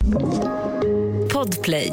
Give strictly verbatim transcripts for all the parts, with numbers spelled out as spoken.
Podplay.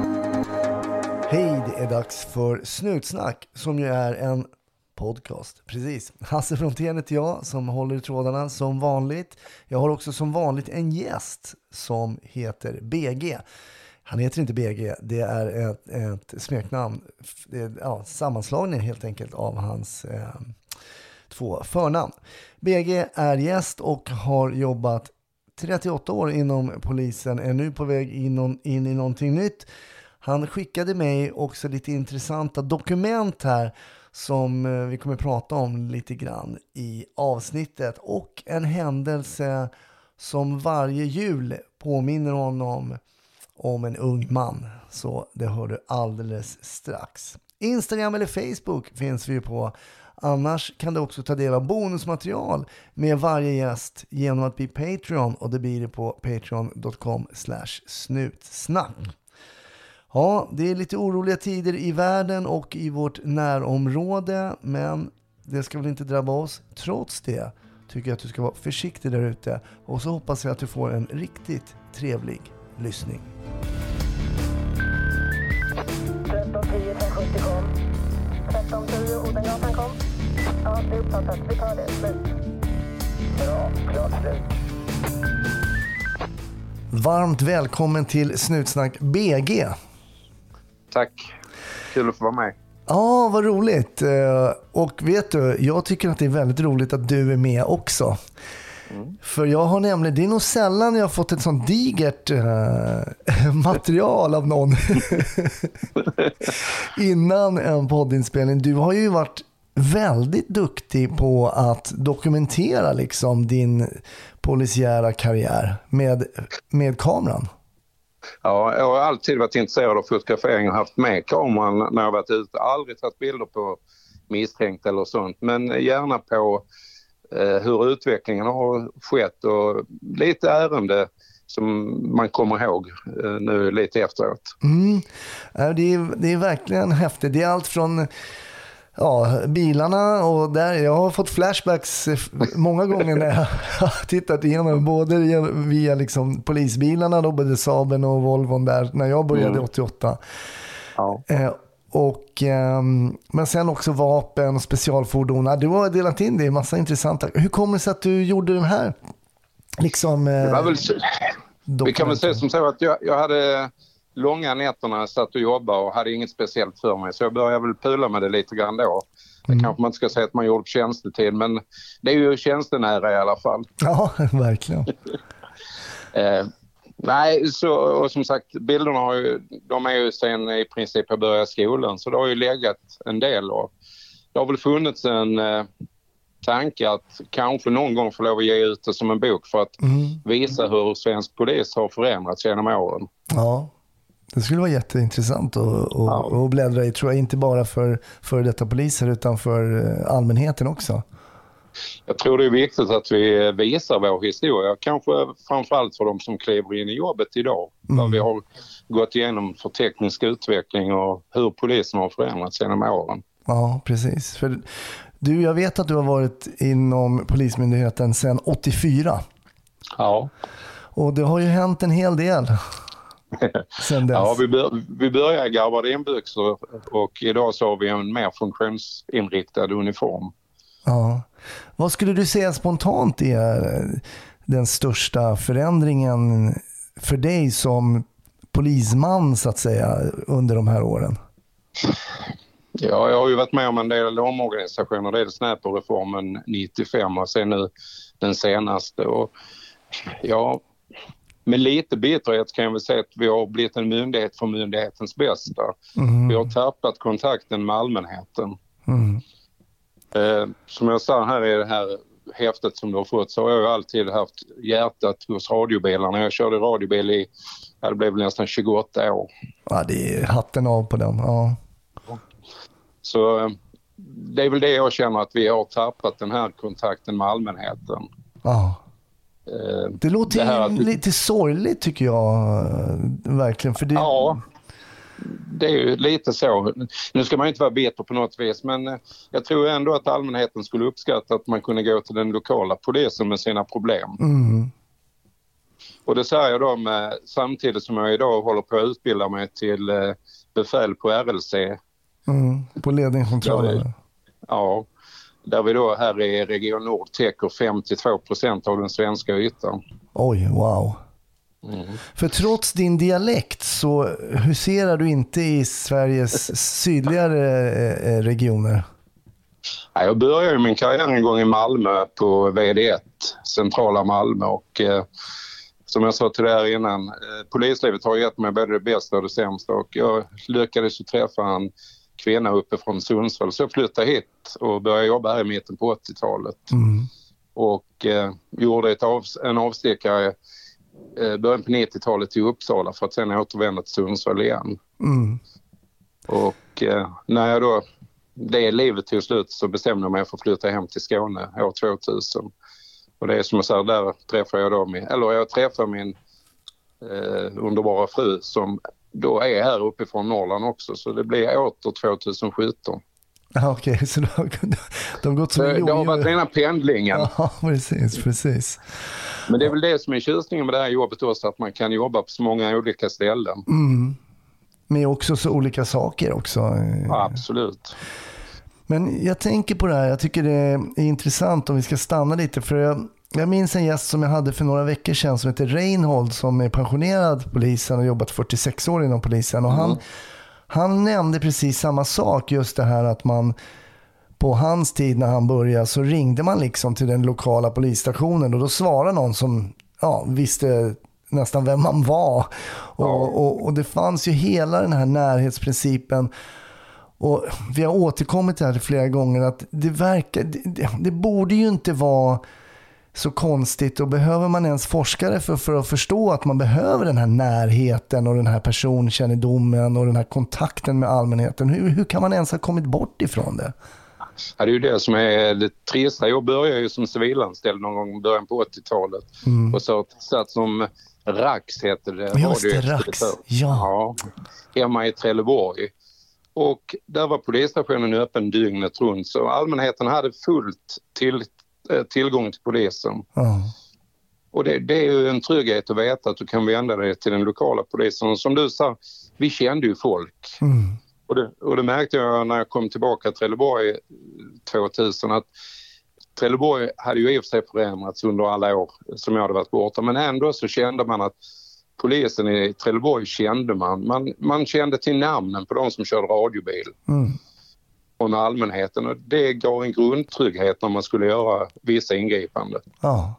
Hej, det är dags för Snutsnack som ju är en podcast. Precis. Hasse Frontén heter jag som håller i trådarna som vanligt. Jag har också som vanligt en gäst som heter B G. Han heter inte B G, det är ett, ett smeknamn. Det är, ja, sammanslagning helt enkelt av hans eh, två förnamn. B G är gäst och har jobbat trettioåtta år inom polisen, är nu på väg in, in i någonting nytt. Han skickade mig också lite intressanta dokument här som vi kommer prata om lite grann i avsnittet. Och en händelse som varje jul påminner honom om en ung man. Så det hör du alldeles strax. Instagram eller Facebook finns vi på. Annars kan du också ta del av bonusmaterial med varje gäst genom att bli Patreon. Och det blir det på patreon dot com slash snutsnack. Ja, det är lite oroliga tider i världen och i vårt närområde. Men det ska väl inte drabba oss. Trots det tycker jag att du ska vara försiktig där ute. Och så hoppas jag att du får en riktigt trevlig lyssning. tretton tio sjuttio kom. tretton tio Odengatan kom. Ja, det är uppfattat. Vi tar det. Slut. Bra, klart slut. Varmt välkommen till Snutsnack B G. Tack. Kul att få vara med. Ja, vad roligt. Och vet du, jag tycker att det är väldigt roligt att du är med också. Mm. För jag har nämligen, det är nog sällan jag har fått ett sånt digert uh, material av någon innan en poddinspelning. Du har ju varit väldigt duktig på att dokumentera liksom din polisiära karriär med, med kameran. Ja, jag har alltid varit intresserad av fotografering och haft med kameran när jag varit ute. Aldrig tagit bilder på misstänkt eller sånt, men gärna på eh, hur utvecklingen har skett och lite ärende som man kommer ihåg eh, nu lite efteråt. Mm. Det är, det är verkligen häftigt. Det är allt från ja, bilarna och där jag har fått flashbacks många gånger när jag har tittat igenom både via liksom polisbilarna då, både Saaben och Volvon där när jag började mm. åttioåtta. Ja. Eh, och eh, men sen också vapen och specialfordon. Du har delat in det i massa intressanta. Hur kommer det sig att du gjorde den här liksom eh, det var väl så, vi kan väl säga som så att jag, jag hade långa nätterna, satt och jobbade och hade inget speciellt för mig. Så jag började väl pula med det lite grann då. Det mm. kanske man inte ska säga att man gjorde på tjänstetid, men det är ju tjänstenära i alla fall. Ja, verkligen. eh, nej, så, och som sagt, bilderna har ju, de är ju sen i princip jag började skolan, så det har ju legat en del. Och det har väl funnits en eh, tanke att kanske någon gång få lov att ge ut det som en bok för att mm. visa hur svensk polis har förändrats genom åren. Ja. Det skulle vara jätteintressant att, att, ja. att bläddra i, tror jag, inte bara för, för detta poliser utan för allmänheten också. Jag tror det är viktigt att vi visar vår historia, kanske framförallt för de som kliver in i jobbet idag. Mm. Vad vi har gått igenom för teknisk utveckling och hur polisen har förändrats genom åren. Ja, precis. För du, jag vet att du har varit inom Polismyndigheten sedan åttiofyra. Ja. Och det har ju hänt en hel del. Ja, vi, bör, vi började i gabardinbyxor och idag så har vi en mer funktionsinriktad uniform. Ja. Vad skulle du säga spontant är den största förändringen för dig som polisman så att säga under de här åren? Ja, jag har ju varit med om en del omorganisationer. Det är Snapper-reformen nittiofem och sen nu den senaste. Och ja, med lite bitterhet kan jag väl säga att vi har blivit en myndighet för myndighetens bästa. Mm. Vi har tappat kontakten med allmänheten. Mm. Eh, som jag sa här i det här häftet som du har fått, så har jag ju alltid haft hjärtat hos radiobilarna. Jag körde radiobil i, ja, det blev nästan tjugoåtta år. Ja, det är hatten av på den, ja. Så eh, det är väl det jag känner, att vi har tappat den här kontakten med allmänheten. Ja. Det låter det här, lite sorgligt tycker jag verkligen. För det... Ja, det är ju lite så. Nu ska man inte vara bitter på något vis, men jag tror ändå att allmänheten skulle uppskatta att man kunde gå till den lokala polisen med sina problem. Mm. Och det säger jag då med, samtidigt som jag idag håller på att utbilda mig till eh, befäl på R L C. Mm, på ledningscentralen. Ja, där vi då här i Region Nord täcker femtiotvå procent av den svenska ytan. Oj, wow. Mm. För trots din dialekt så huserar du inte i Sveriges sydligare eh, regioner? Ja, jag började min karriär en gång i Malmö på V D ett, centrala Malmö. Och eh, som jag sa till dig innan, eh, polislivet har gett mig både det bästa och det sämsta. Och jag lyckades ju träffa en kvinna uppe från Sundsvall. Så jag flyttade hit och började jobba här i mitten på åttiotalet. Mm. Och eh, gjorde ett av, en avstickare eh, början på nittiotalet till Uppsala för att sen återvända till Sundsvall igen. Mm. Och eh, när jag då, det livet till slut, så bestämde jag mig för att flytta hem till Skåne år tvåtusen. Och det är som jag sa, där träffade jag då min, eller jag träffade min eh, underbara fru som då är här uppifrån Norrland också. Så det blir åter tjugohundrasjutton. Ja, okej, okay. Så de har, de har gått som det, det har varit rena pendlingen. Ja, precis, precis. Men det är väl det som är tjusningen med det här jobbet också, att man kan jobba på så många olika ställen. Mm. Men också så olika saker också. Ja, absolut. Men jag tänker på det här, jag tycker det är intressant om vi ska stanna lite. För jag, jag minns en gäst som jag hade för några veckor sedan som heter Reinhold, som är pensionerad polisen och jobbat fyrtiosex år inom polisen. Och han, mm. han nämnde precis samma sak, just det här att man på hans tid när han började så ringde man liksom till den lokala polisstationen och då svarade någon som ja, visste nästan vem man var. Och, ja. och, och det fanns ju hela den här närhetsprincipen. Och vi har återkommit till det här flera gånger att det verkar, det, det, det borde ju inte vara så konstigt, och behöver man ens forskare för, för att förstå att man behöver den här närheten och den här personkännedomen och den här kontakten med allmänheten. Hur, hur kan man ens ha kommit bort ifrån det? Ja, det är ju det som är det trista. Jag började ju som civilanställd någon gång i början på åttiotalet mm. och så satt som RAX heter det. Just det, RAX. Ja. ja. Hemma i Trelleborg. Och där var polisstationen öppen dygnet runt, så allmänheten hade fullt till, tillgång till polisen. Mm. Och det, det är ju en trygghet att veta att du kan vända dig till den lokala polisen. Och som du sa, vi kände ju folk. Mm. Och, det, och det märkte jag när jag kom tillbaka till Trelleborg tvåtusen, att Trelleborg hade ju i och för sig förändrats under alla år som jag hade varit borta. Men ändå så kände man att polisen i Trelleborg kände man. Man, man kände till namnen på de som körde radiobil. Mm. Och med allmänheten. Och det gav en grundtrygghet när man skulle göra vissa ingripanden. Ja.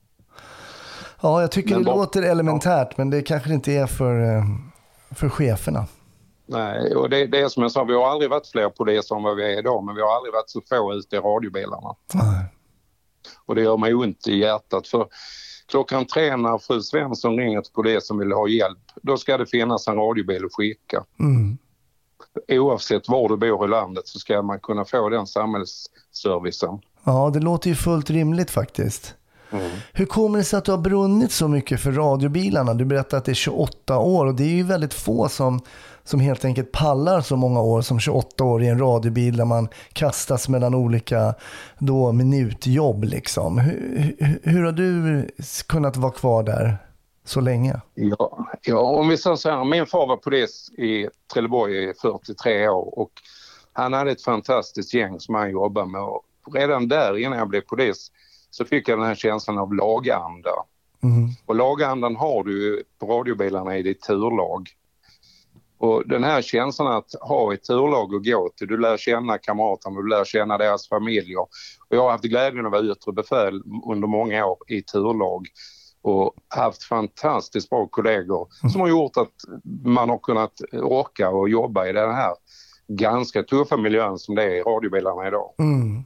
Ja, jag tycker men det bara, låter elementärt, ja. Men det kanske inte är för, för cheferna. Nej, och det, det är som jag sa, vi har aldrig varit fler poliser än vad vi är idag, men vi har aldrig varit så få ute i radiobilarna. Nej. Och det gör mig ont i hjärtat, för klockan tre när fru Svensson ringer till polisen och vill ha hjälp, då ska det finnas en radiobil att skicka. Mm. Oavsett var du bor i landet så ska man kunna få den samhällsservicen. Ja, det låter ju fullt rimligt faktiskt. Mm. Hur kommer det sig att du har brunnit så mycket för radiobilarna? Du berättade att det är tjugoåtta år, och det är ju väldigt få som, som helt enkelt pallar så många år som tjugoåtta år i en radiobil där man kastas mellan olika då, minutjobb. Liksom. Hur, hur, hur har du kunnat vara kvar där så länge? Ja, ja, om vi säger så här, min far var polis i Trelleborg i fyrtiotre år, och han hade ett fantastiskt gäng som han jobbade med. Och redan där innan jag blev polis så fick jag den här känslan av laganda. Mm. Och lagandan har du på radiobilarna i ditt turlag. Och den här känslan att ha ett turlag att gå till, du lär känna kamraterna, du lär känna deras familjer. Och jag har haft glädjen att vara yttre befäl under många år i turlag och haft fantastiskt bra kollegor mm. som har gjort att man har kunnat orka och jobba i den här ganska tuffa miljön som det är i radiobilarna idag. Mm.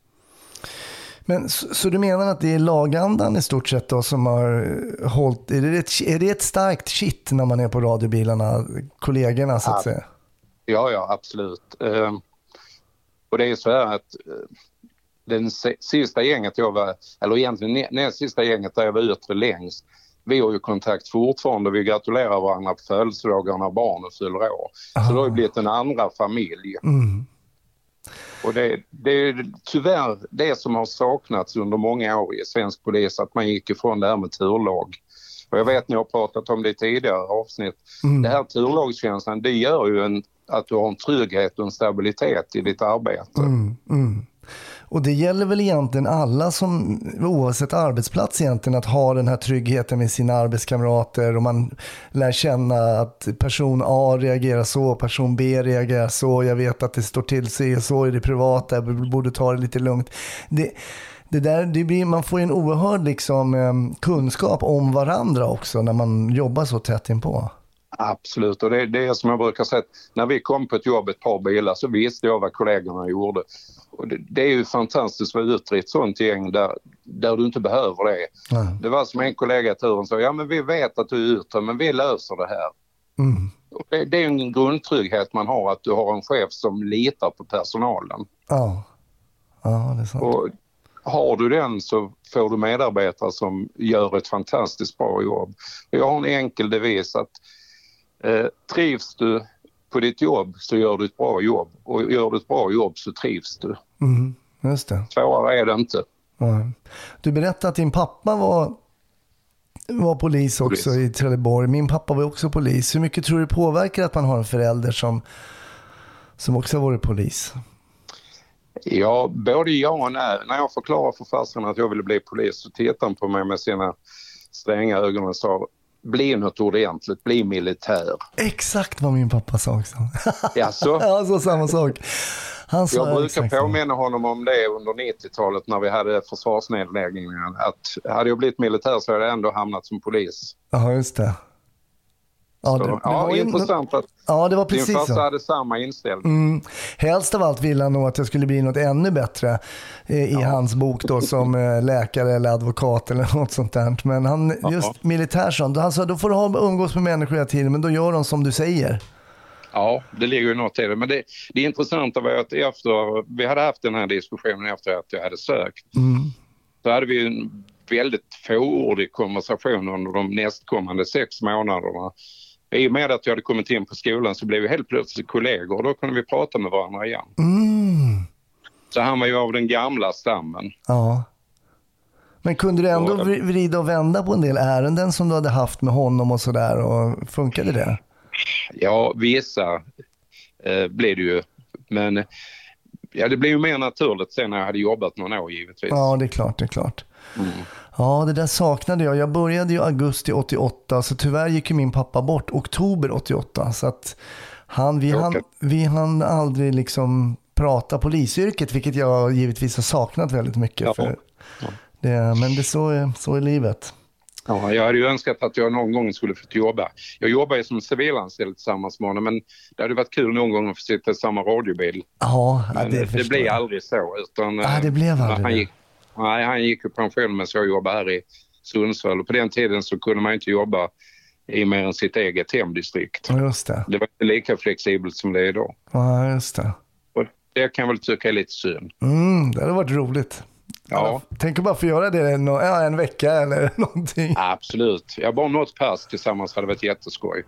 Men så, så du menar att det är lagandan i stort sett då som har hållit, är det ett, är det ett starkt shit när man är på radiobilarna, kollegorna så att ja, säga? Ja, ja, absolut. Uh, och det är så här att uh, den sista gänget jag var, eller egentligen näst sista gänget där jag var yttre längst, vi har ju kontakt fortfarande, vi gratulerar varandra på födelsedagar när barnen fyller år. Aha. Så det har ju blivit en andra familj. Mm. Och det, det är tyvärr det som har saknats under många år i svensk polis, att man gick ifrån det här med turlag. Och jag vet ni har pratat om det i tidigare avsnitt. Mm. Det här turlagskänslan, det gör ju en, att du har en trygghet och en stabilitet i ditt arbete. Mm. Mm. Och det gäller väl egentligen alla som, oavsett arbetsplats egentligen, att ha den här tryggheten med sina arbetskamrater, och man lär känna att person A reagerar så, person B reagerar så, jag vet att det står till sig så i det privata, jag borde ta det lite lugnt. Det, det där, det blir, man får en oerhörd liksom, kunskap om varandra också när man jobbar så tätt inpå. Absolut, och det, det är som jag brukar säga, när vi kom på ett jobb, ett par bilar, så visste jag vad kollegorna gjorde. Och det, det är ju fantastiskt att vara ute i ett sånt gäng där, där du inte behöver det. Mm. Det var som en kollega i turen sa, ja men vi vet att du är ute, men vi löser det här. Mm. Och det, det är ju en grundtrygghet man har, att du har en chef som litar på personalen. Ja, ja det är sant. Och har du den så får du medarbetare som gör ett fantastiskt bra jobb. Och jag har en enkel devis att eh, trivs du på ditt jobb så gör du ett bra jobb. Och gör du ett bra jobb så trivs du. Mm, just det. Svårare är det inte. Ja. Du berättade att din pappa var, var polis också polis. i Trelleborg. Min pappa var också polis. Hur mycket tror du påverkar att man har en förälder som, som också har varit polis? Ja, både jag och nej. När jag förklarade för farsan att jag ville bli polis så tittade han på mig med sina stränga ögon och sa, bli något ordentligt, bli militär. Exakt vad min pappa sa också. Jaså? Ja, så samma sak. Han sa jag brukar påminna honom om det under nittiotalet när vi hade försvarsnedläggningar. Att hade jag blivit militär så hade jag ändå hamnat som polis. Ja, just det. Ja, det, det ja var intressant att ja, det var precis din farsa så. hade samma inställning. Mm. Helst av allt ville han nog att jag skulle bli något ännu bättre eh, i ja. hans bok då, som eh, läkare eller advokat eller något sånt där. Men han, just ja. militärsson, han sa, då får du ha umgås med människor hela tiden, men då gör de som du säger. Ja, det ligger ju något i det. Men det, det intressanta var att efter, vi hade haft den här diskussionen efter att jag hade sökt. Mm. Så hade vi en väldigt fåordig konversation under de nästkommande sex månaderna. I och med att jag hade kommit in på skolan så blev vi helt plötsligt kollegor och då kunde vi prata med varandra igen. Mm. Så han var ju av den gamla stammen. Ja. Men kunde du ändå vrida och vända på en del ärenden som du hade haft med honom och sådär, och funkade det? Ja, vissa eh, blev det ju. Men ja, det blev ju mer naturligt sen när jag hade jobbat några år givetvis. Ja, det är klart, det är klart. Mm. Ja, det där saknade jag. Jag började ju augusti åttioåtta, så tyvärr gick ju min pappa bort oktober åttioåtta. Så att han, vi, han, vi hann aldrig liksom prata polisyrket, vilket jag givetvis har saknat väldigt mycket. Ja. För ja. Det, men det så är, så är livet. Ja, jag hade ju önskat att jag någon gång skulle få jobba. Jag jobbar ju som civilanställd tillsammans med honom, men det hade varit kul någon gång att få sitta i samma radiobil. Ja, men det, det blev aldrig så. Utan, ja, det blev aldrig han gick, nej, han gick ju pension, men så jag jobbade här i Sundsvall. Och på den tiden så kunde man inte jobba i mer än sitt eget hemdistrikt. Ja, just det. Det var inte lika flexibelt som det är idag. Ja, just det. Och det kan jag väl tycka är lite synd. Mm, det hade varit roligt. Ja. Tänk bara få göra det en, ja, en vecka eller någonting. Absolut. Jag har bara något pass tillsammans, hade varit jätteskoj.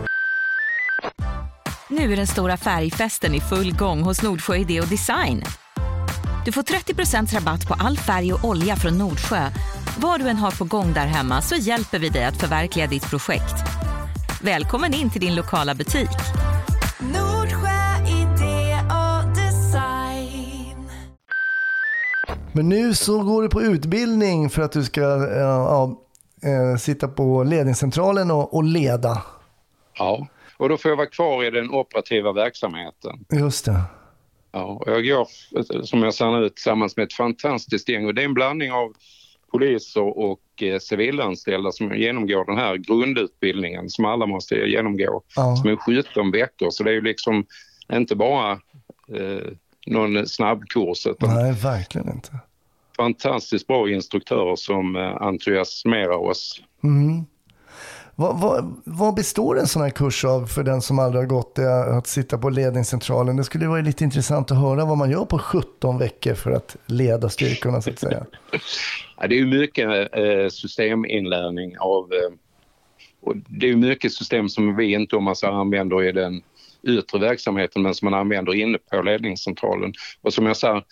Nu är den stora färgfesten i full gång hos Nordsjö Idé och Design. Du får trettio procent rabatt på all färg och olja från Nordsjö. Vad du än har på gång där hemma så hjälper vi dig att förverkliga ditt projekt. Välkommen in till din lokala butik. Nordsjö Idé och Design. Men nu så går du på utbildning för att du ska ja, ja, sitta på ledningscentralen och, och leda. Ja, och då får jag vara kvar i den operativa verksamheten. Just det. Ja, och jag går, som jag sa nu, tillsammans med ett fantastiskt gäng. Och det är en blandning av poliser och eh, civilanställda som genomgår den här grundutbildningen som alla måste genomgå. Ja. Som är sjutton veckor. Så det är ju liksom inte bara eh, någon snabbkurs. Utan nej, verkligen inte. Fantastiskt bra instruktörer som eh, entusiasmerar oss. Mm. Vad, vad, vad består en sån här kurs av för den som aldrig har gått det, att sitta på ledningscentralen? Det skulle vara lite intressant att höra vad man gör på sjutton veckor för att leda styrkorna, så att säga. Ja, det är ju mycket eh, systeminlärning av, eh, och det är ju mycket system som vi inte om man så använder i den yttre verksamheten, men som man använder inne på ledningscentralen. Och som jag sa,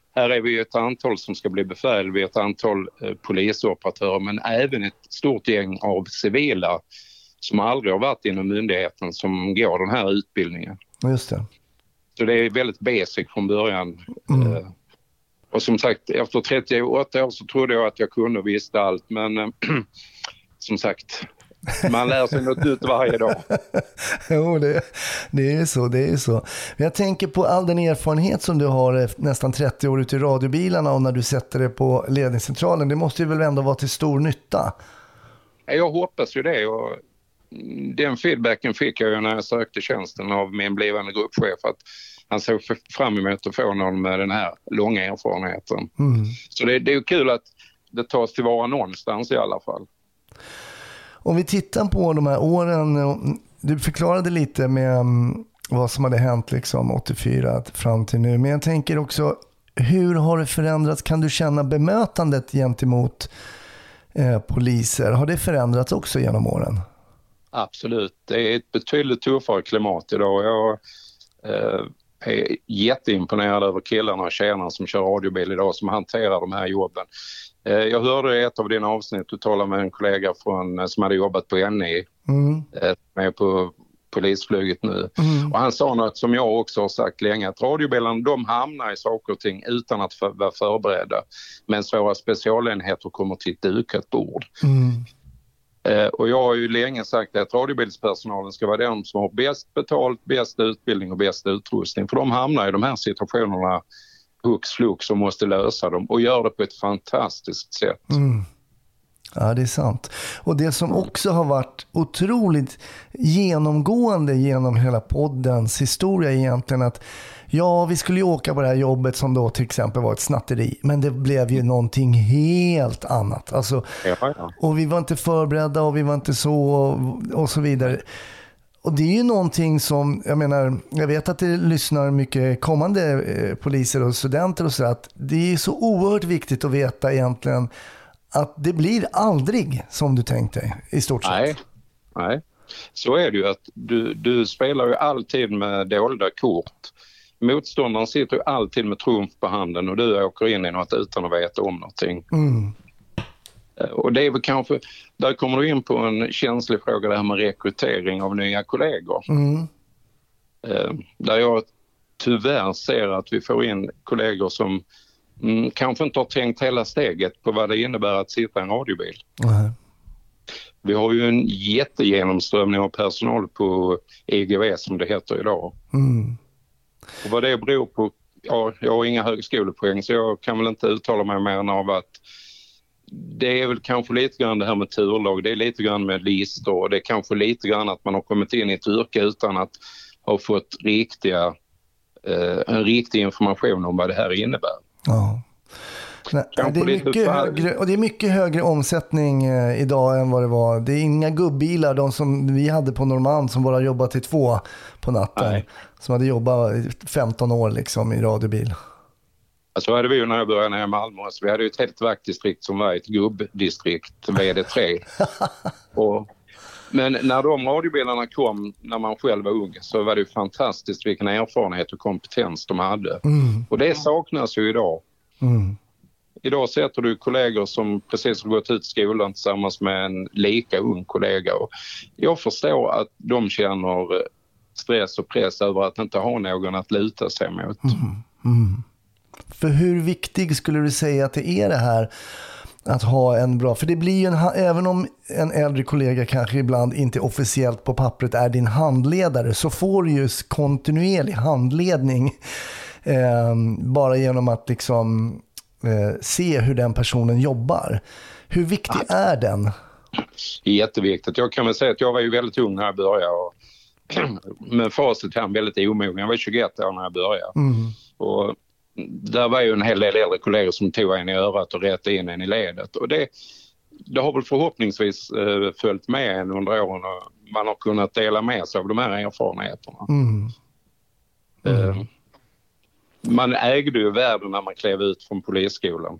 här är vi ett antal som ska bli befäl, vi är ett antal eh, polisoperatörer, men även ett stort gäng av civila som aldrig har varit inom myndigheten som går den här utbildningen. Just det. Så det är väldigt basic från början. Mm. Eh, och som sagt, efter trettioåtta år så trodde jag att jag kunde och visste allt, men eh, som sagt, man lär sig något ut varje dag. Jo, det, det är så, det är så. Men jag tänker på all den erfarenhet som du har nästan trettio år ute i radiobilarna och när du sätter det på ledningscentralen. Det måste ju väl ändå vara till stor nytta? Jag hoppas ju det, och den feedbacken fick jag ju när jag sökte tjänsten av min blivande gruppchef, att han såg fram emot att få någon med den här långa erfarenheten. Mm. Så det, det är ju kul att det tas tillvara någonstans i alla fall. Om vi tittar på de här åren, du förklarade lite med vad som hade hänt liksom åttiofyra fram till nu, men jag tänker också, hur har det förändrats? Kan du känna bemötandet gentemot eh, poliser? Har det förändrats också genom åren? Absolut, det är ett betydligt tuffare klimat idag. Jag eh, är jätteimponerad över killarna och tjejerna som kör radiobil idag, som hanterar de här jobben. Jag hörde i ett av dina avsnitt, du talade med en kollega från, som hade jobbat på N I, mm. med på polisflyget nu. Mm. Och han sa något som jag också har sagt länge, att radiobilarna, de hamnar i saker och ting utan att för, vara förberedda. Men våra specialenheter kommer till ett dukat bord. Mm. Eh, och jag har ju länge sagt att radiobilspersonalen ska vara de som har bäst betalt, bäst utbildning och bäst utrustning. För de hamnar i de här situationerna hux flux som måste lösa dem och gör det på ett fantastiskt sätt. Mm. Ja, det är sant. Och det som också har varit otroligt genomgående genom hela poddens historia egentligen, att ja, vi skulle ju åka på det här jobbet som då till exempel var ett snatteri, men det blev ju någonting helt annat. Alltså, ja, ja. Och vi var inte förberedda och vi var inte så och, och så vidare. Och det är ju någonting som, jag menar, jag vet att det lyssnar mycket kommande eh, poliser och studenter och så, att det är så oerhört viktigt att veta egentligen att det blir aldrig som du tänkte i stort sett. Nej, nej. Så är det ju, att du, du spelar ju alltid med dolda kort. Motståndaren sitter ju alltid med trumf på handen och du åker in i något utan att veta om någonting. Mm. Och det är väl kanske, där kommer du in på en känslig fråga, det här med rekrytering av nya kollegor. Mm. Där jag tyvärr ser att vi får in kollegor som mm, kanske inte har tänkt hela steget på vad det innebär att sitta i en radiobil. Mm. Vi har ju en jättegenomströmning av personal på E G V som det heter idag. Mm. Och vad det beror på, ja, jag har inga högskolepoäng så jag kan väl inte uttala mig mer än av att det är väl kanske lite grann det här med turlag, det är lite grann med listor och det är kanske lite grann att man har kommit in i ett yrke utan att ha fått riktiga, eh, en riktig information om vad det här innebär. Ja. Nej, det är mycket högre, och det är mycket högre omsättning eh, idag än vad det var. Det är inga gubbilar, de som vi hade på Norrmalm som bara jobbat till två på natten. Nej. Som hade jobbat femton år liksom i radiobil. Så hade vi ju när jag började nere i Malmö. Så vi hade ju ett helt vaktdistrikt som var ett gubbdistrikt, V D tre. och, men när de radiobilarna kom, när man själv var ung, så var det ju fantastiskt vilken erfarenhet och kompetens de hade. Mm. Och det saknas ju idag. Mm. Idag sätter du kollegor som precis har gått ut skolan tillsammans med en lika ung kollega. Och jag förstår att de känner stress och press över att inte ha någon att luta sig mot. Mm. Mm. För hur viktig skulle du säga att det är det här att ha en bra, för det blir ju en, även om en äldre kollega kanske ibland inte officiellt på pappret är din handledare, så får du ju kontinuerlig handledning eh, bara genom att liksom eh, se hur den personen jobbar. Hur viktig ja. är den? Jätteviktigt. Jag kan väl säga att jag var ju väldigt ung när jag började och med facit här väldigt omogen. Jag var tjugoett år när jag började. Mm. Och där var ju en hel del äldre kollegor som tog en i örat och rättade in en i ledet. Och det, det har väl förhoppningsvis eh, följt med en under åren och man har kunnat dela med sig av de här erfarenheterna. Mm. Mm. Eh, man ägde ju världen när man klev ut från polisskolan.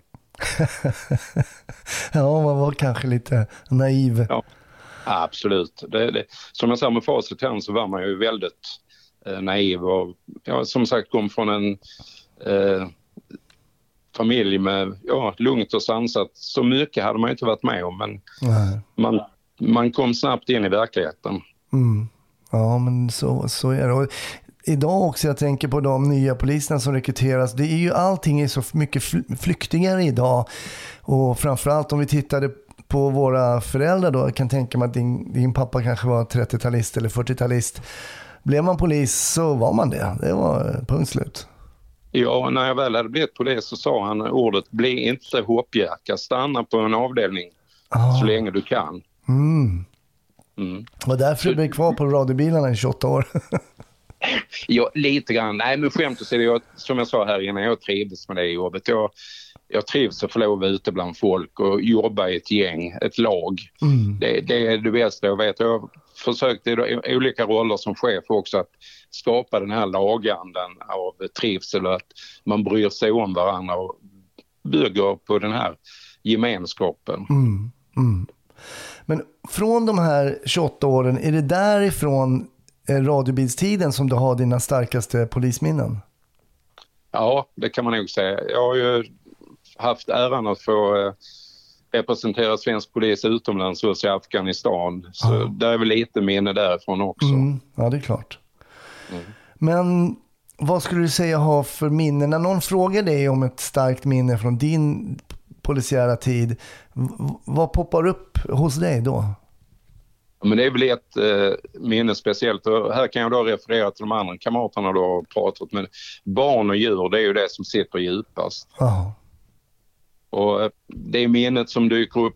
Ja, man var kanske lite naiv. Ja, absolut. Det, det, som jag sa med facit här så var man ju väldigt eh, naiv och ja, som sagt kom från en Eh, familj med ja, lugnt och sansat. Så mycket hade man inte varit med om, men man, man kom snabbt in i verkligheten. Mm. Ja, men så, så är det. Och idag också, jag tänker på de nya poliserna som rekryteras. Det är ju, allting är så mycket flyktingare idag. Och framförallt om vi tittade på våra föräldrar då, jag kan tänka mig att din, din pappa kanske var trettiotalist eller fyrtiotalist. Blev man polis så var man det. Det var punkt slut. Ja, när jag väl hade blivit polis så sa han ordet: bli inte hoppjäka, stanna på en avdelning ah. så länge du kan. Mm. Mm. Och därför så... blev jag kvar på radiobilarna i tjugoåtta år. Ja, lite grann. Nej, men skämt att säga, jag, som jag sa här innan, jag trivdes med det jobbet. Jag, jag trivs att få lov att vara ute bland folk och jobba i ett gäng, ett lag. Mm. Det, det är det bästa jag vet. Jag har försökt i olika roller som chef också att skapa den här lagandan av trivsel och att man bryr sig om varandra och bygger på den här gemenskapen. Mm. Mm. Men från de här tjugoåtta åren, är det därifrån radiobilstiden som du har dina starkaste polisminnen? Ja, det kan man nog säga. Jag har ju haft äran att få eh, representera svensk polis utomlands hos i Afghanistan. Så ah. det är väl lite minne därifrån också. Mm, ja, det är klart. Mm. Men vad skulle du säga ha för minne? När någon frågar dig om ett starkt minne från din polisiära tid, v- vad poppar upp hos dig då? Men det är väl ett eh, minne speciellt. Och här kan jag då referera till de andra kamraterna då har pratat med. Barn och djur, det är ju det som sitter djupast. Oh. Och eh, det är minnet som dyker upp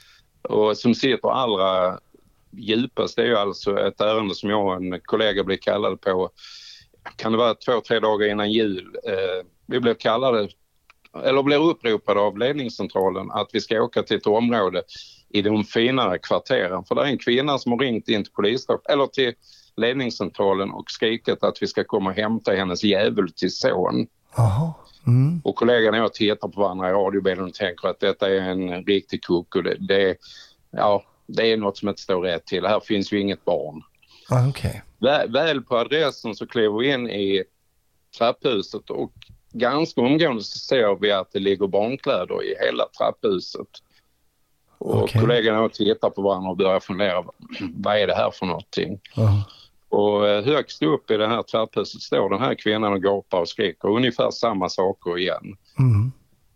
och som sitter allra djupast. Det är ju alltså ett ärende som jag och en kollega blev kallade på. Kan det vara två, tre dagar innan jul. Eh, vi blev kallade, eller blev uppropade av ledningscentralen att vi ska åka till ett område i de finare kvarteren. För det är en kvinna som har ringt in till polisstationen eller till ledningscentralen och skrikit att vi ska komma och hämta hennes djävul till son. Aha. Mm. Och kollegan och jag tittar på varandra i radiobilen och tänker att detta är en riktig kuck och det, det, ja, det är något som inte står rätt till. Här finns ju inget barn. Ah, okay. Väl, väl på adressen så kliver vi in i trapphuset och ganska omgående så ser vi att det ligger barnkläder i hela trapphuset. Och okay. kollegorna och tittar på varandra och börjar fundera, vad är det här för någonting? Uh-huh. Och högst upp i det här trapphuset står den här kvinnan och gapar och skriker ungefär samma saker igen. Mm.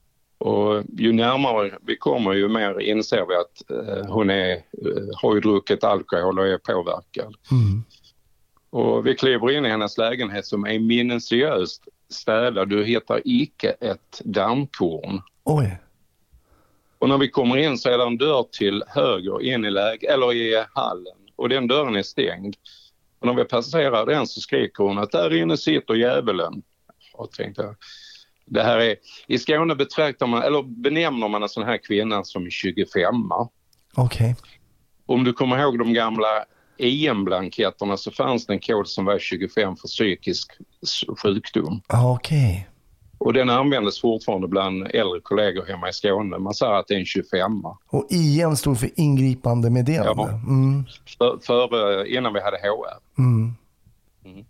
Och ju närmare vi kommer ju mer inser vi att eh, hon är, eh, har ju druckit alkohol och är påverkad. Mm. Och vi kliver in i hennes lägenhet som är minutiöst städad. Du hittar icke ett dammkorn. Oj. Och när vi kommer in så är det en dörr till höger in i läge, eller i hallen. Och den dörren är stängd. Och när vi passerar den så skriker hon att där inne sitter djävulen. Och tänkte jag, det här är, i Skåne betraktar man, eller benämner man en sån här kvinna som tjugofem. Okej. Okay. Om du kommer ihåg de gamla I M-blanketterna så fanns det en kod som var tjugofem för psykisk sjukdom. Okej. Okay. Och den användes fortfarande bland äldre kollegor hemma i Skåne. Man sa att det är en tjugofem. Och I M stod för ingripande meddelande. Ja, mm. för, för, innan vi hade H R. Mm. Mm.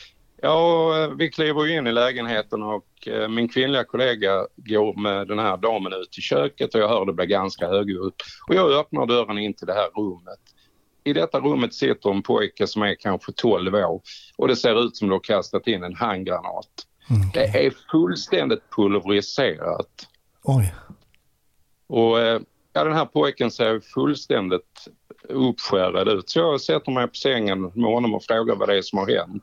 Ja, vi kliver in i lägenheten och eh, min kvinnliga kollega går med den här damen ut i köket och jag hör det bli ganska högljutt. Och jag öppnar dörren in till det här rummet. I detta rummet sitter en pojke som är kanske tolv år och det ser ut som de har kastat in en handgranat. Mm. Det är fullständigt pulveriserat. Oj. Och ja, den här pojken ser fullständigt uppskärrad ut. Så jag sätter mig på sängen med honom och frågar vad det är som har hänt.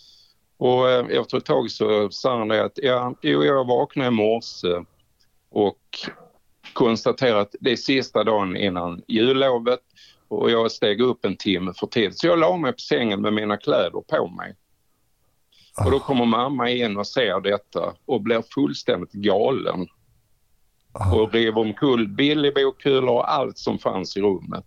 Och efter ett tag så sa han det att ja, jag vaknade i morse och konstaterade att det är sista dagen innan jullovet och jag steg upp en timme för tid. Så jag la mig på sängen med mina kläder på mig. Och då kommer mamma in och ser detta och blir fullständigt galen. Oh. Och river omkull billigbokkulor och allt som fanns i rummet.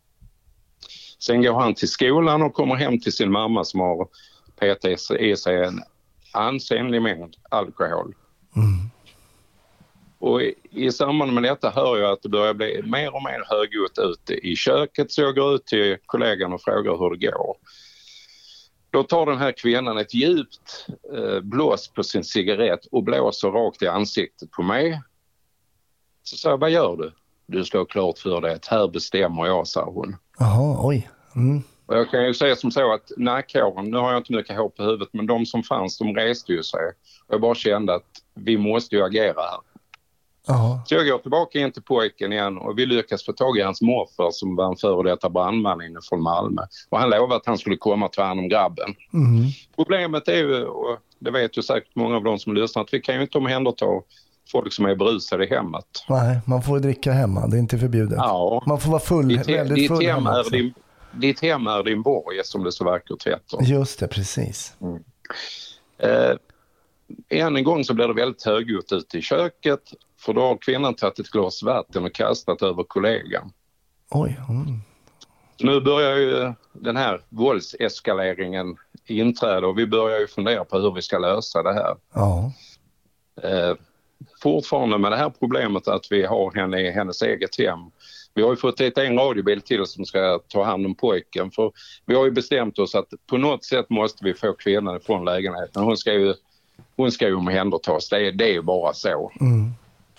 Sen går han till skolan och kommer hem till sin mamma som har petat i sig en ansenlig mängd alkohol. Mm. Och i, i samband med detta hör jag att det börjar bli mer och mer högljutt ute i köket. Så jag går ut till kollegan och frågar hur det går. Då tar den här kvinnan ett djupt eh, blås på sin cigarett och blåser rakt i ansiktet på mig. Så sa jag, vad gör du? Du ska ha klart för dig att här bestämmer jag, sa hon. Jaha, oj. Mm. Och jag kan ju säga som så att nackhåren, nu har jag inte mycket hår på huvudet, men de som fanns, de reste ju sig. Och jag bara kände att vi måste ju agera här. Jaha. Så jag går tillbaka in till pojken igen och vi lyckas få tag i hans morfar som var en före detta brandman inne från Malmö. Och han lovade att han skulle komma och ta hand om grabben. Mm. Problemet är ju, och det vet ju säkert många av de som lyssnar, att vi kan ju inte omhänderta folk som är berusade i hemmet. Nej, man får dricka hemma, det är inte förbjudet. Ja. Man får vara full, ditt, väldigt ditt full hem hemma är också. din, ditt hem är din borg, som det så vackert heter. Just det, precis. Mm. Eh, än en gång så blir det väldigt högljutt ute i köket, för då har kvinnan tagit ett glas vatten och kastat över kollegan. Oj. Mm. Nu börjar ju den här våldseskaleringen inträda och vi börjar ju fundera på hur vi ska lösa det här. Ja. Eh, fortfarande med det här problemet att vi har henne i hennes eget hem. Vi har ju fått ett en radiobil till som ska ta hand om pojken, för vi har ju bestämt oss att på något sätt måste vi få kvinnan ifrån lägenheten. Hon ska ju, hon ska ju omhändertas, det är, det är ju bara så. Mm.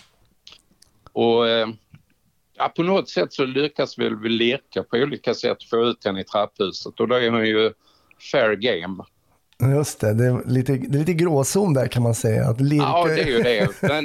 Och eh, ja, på något sätt så lyckas vi, vi leka på olika sätt få ut henne i trapphuset och då är hon ju fair game. Just det, det är lite, det är lite gråzon där kan man säga. Att lirka... Ja, det är ju det. Men,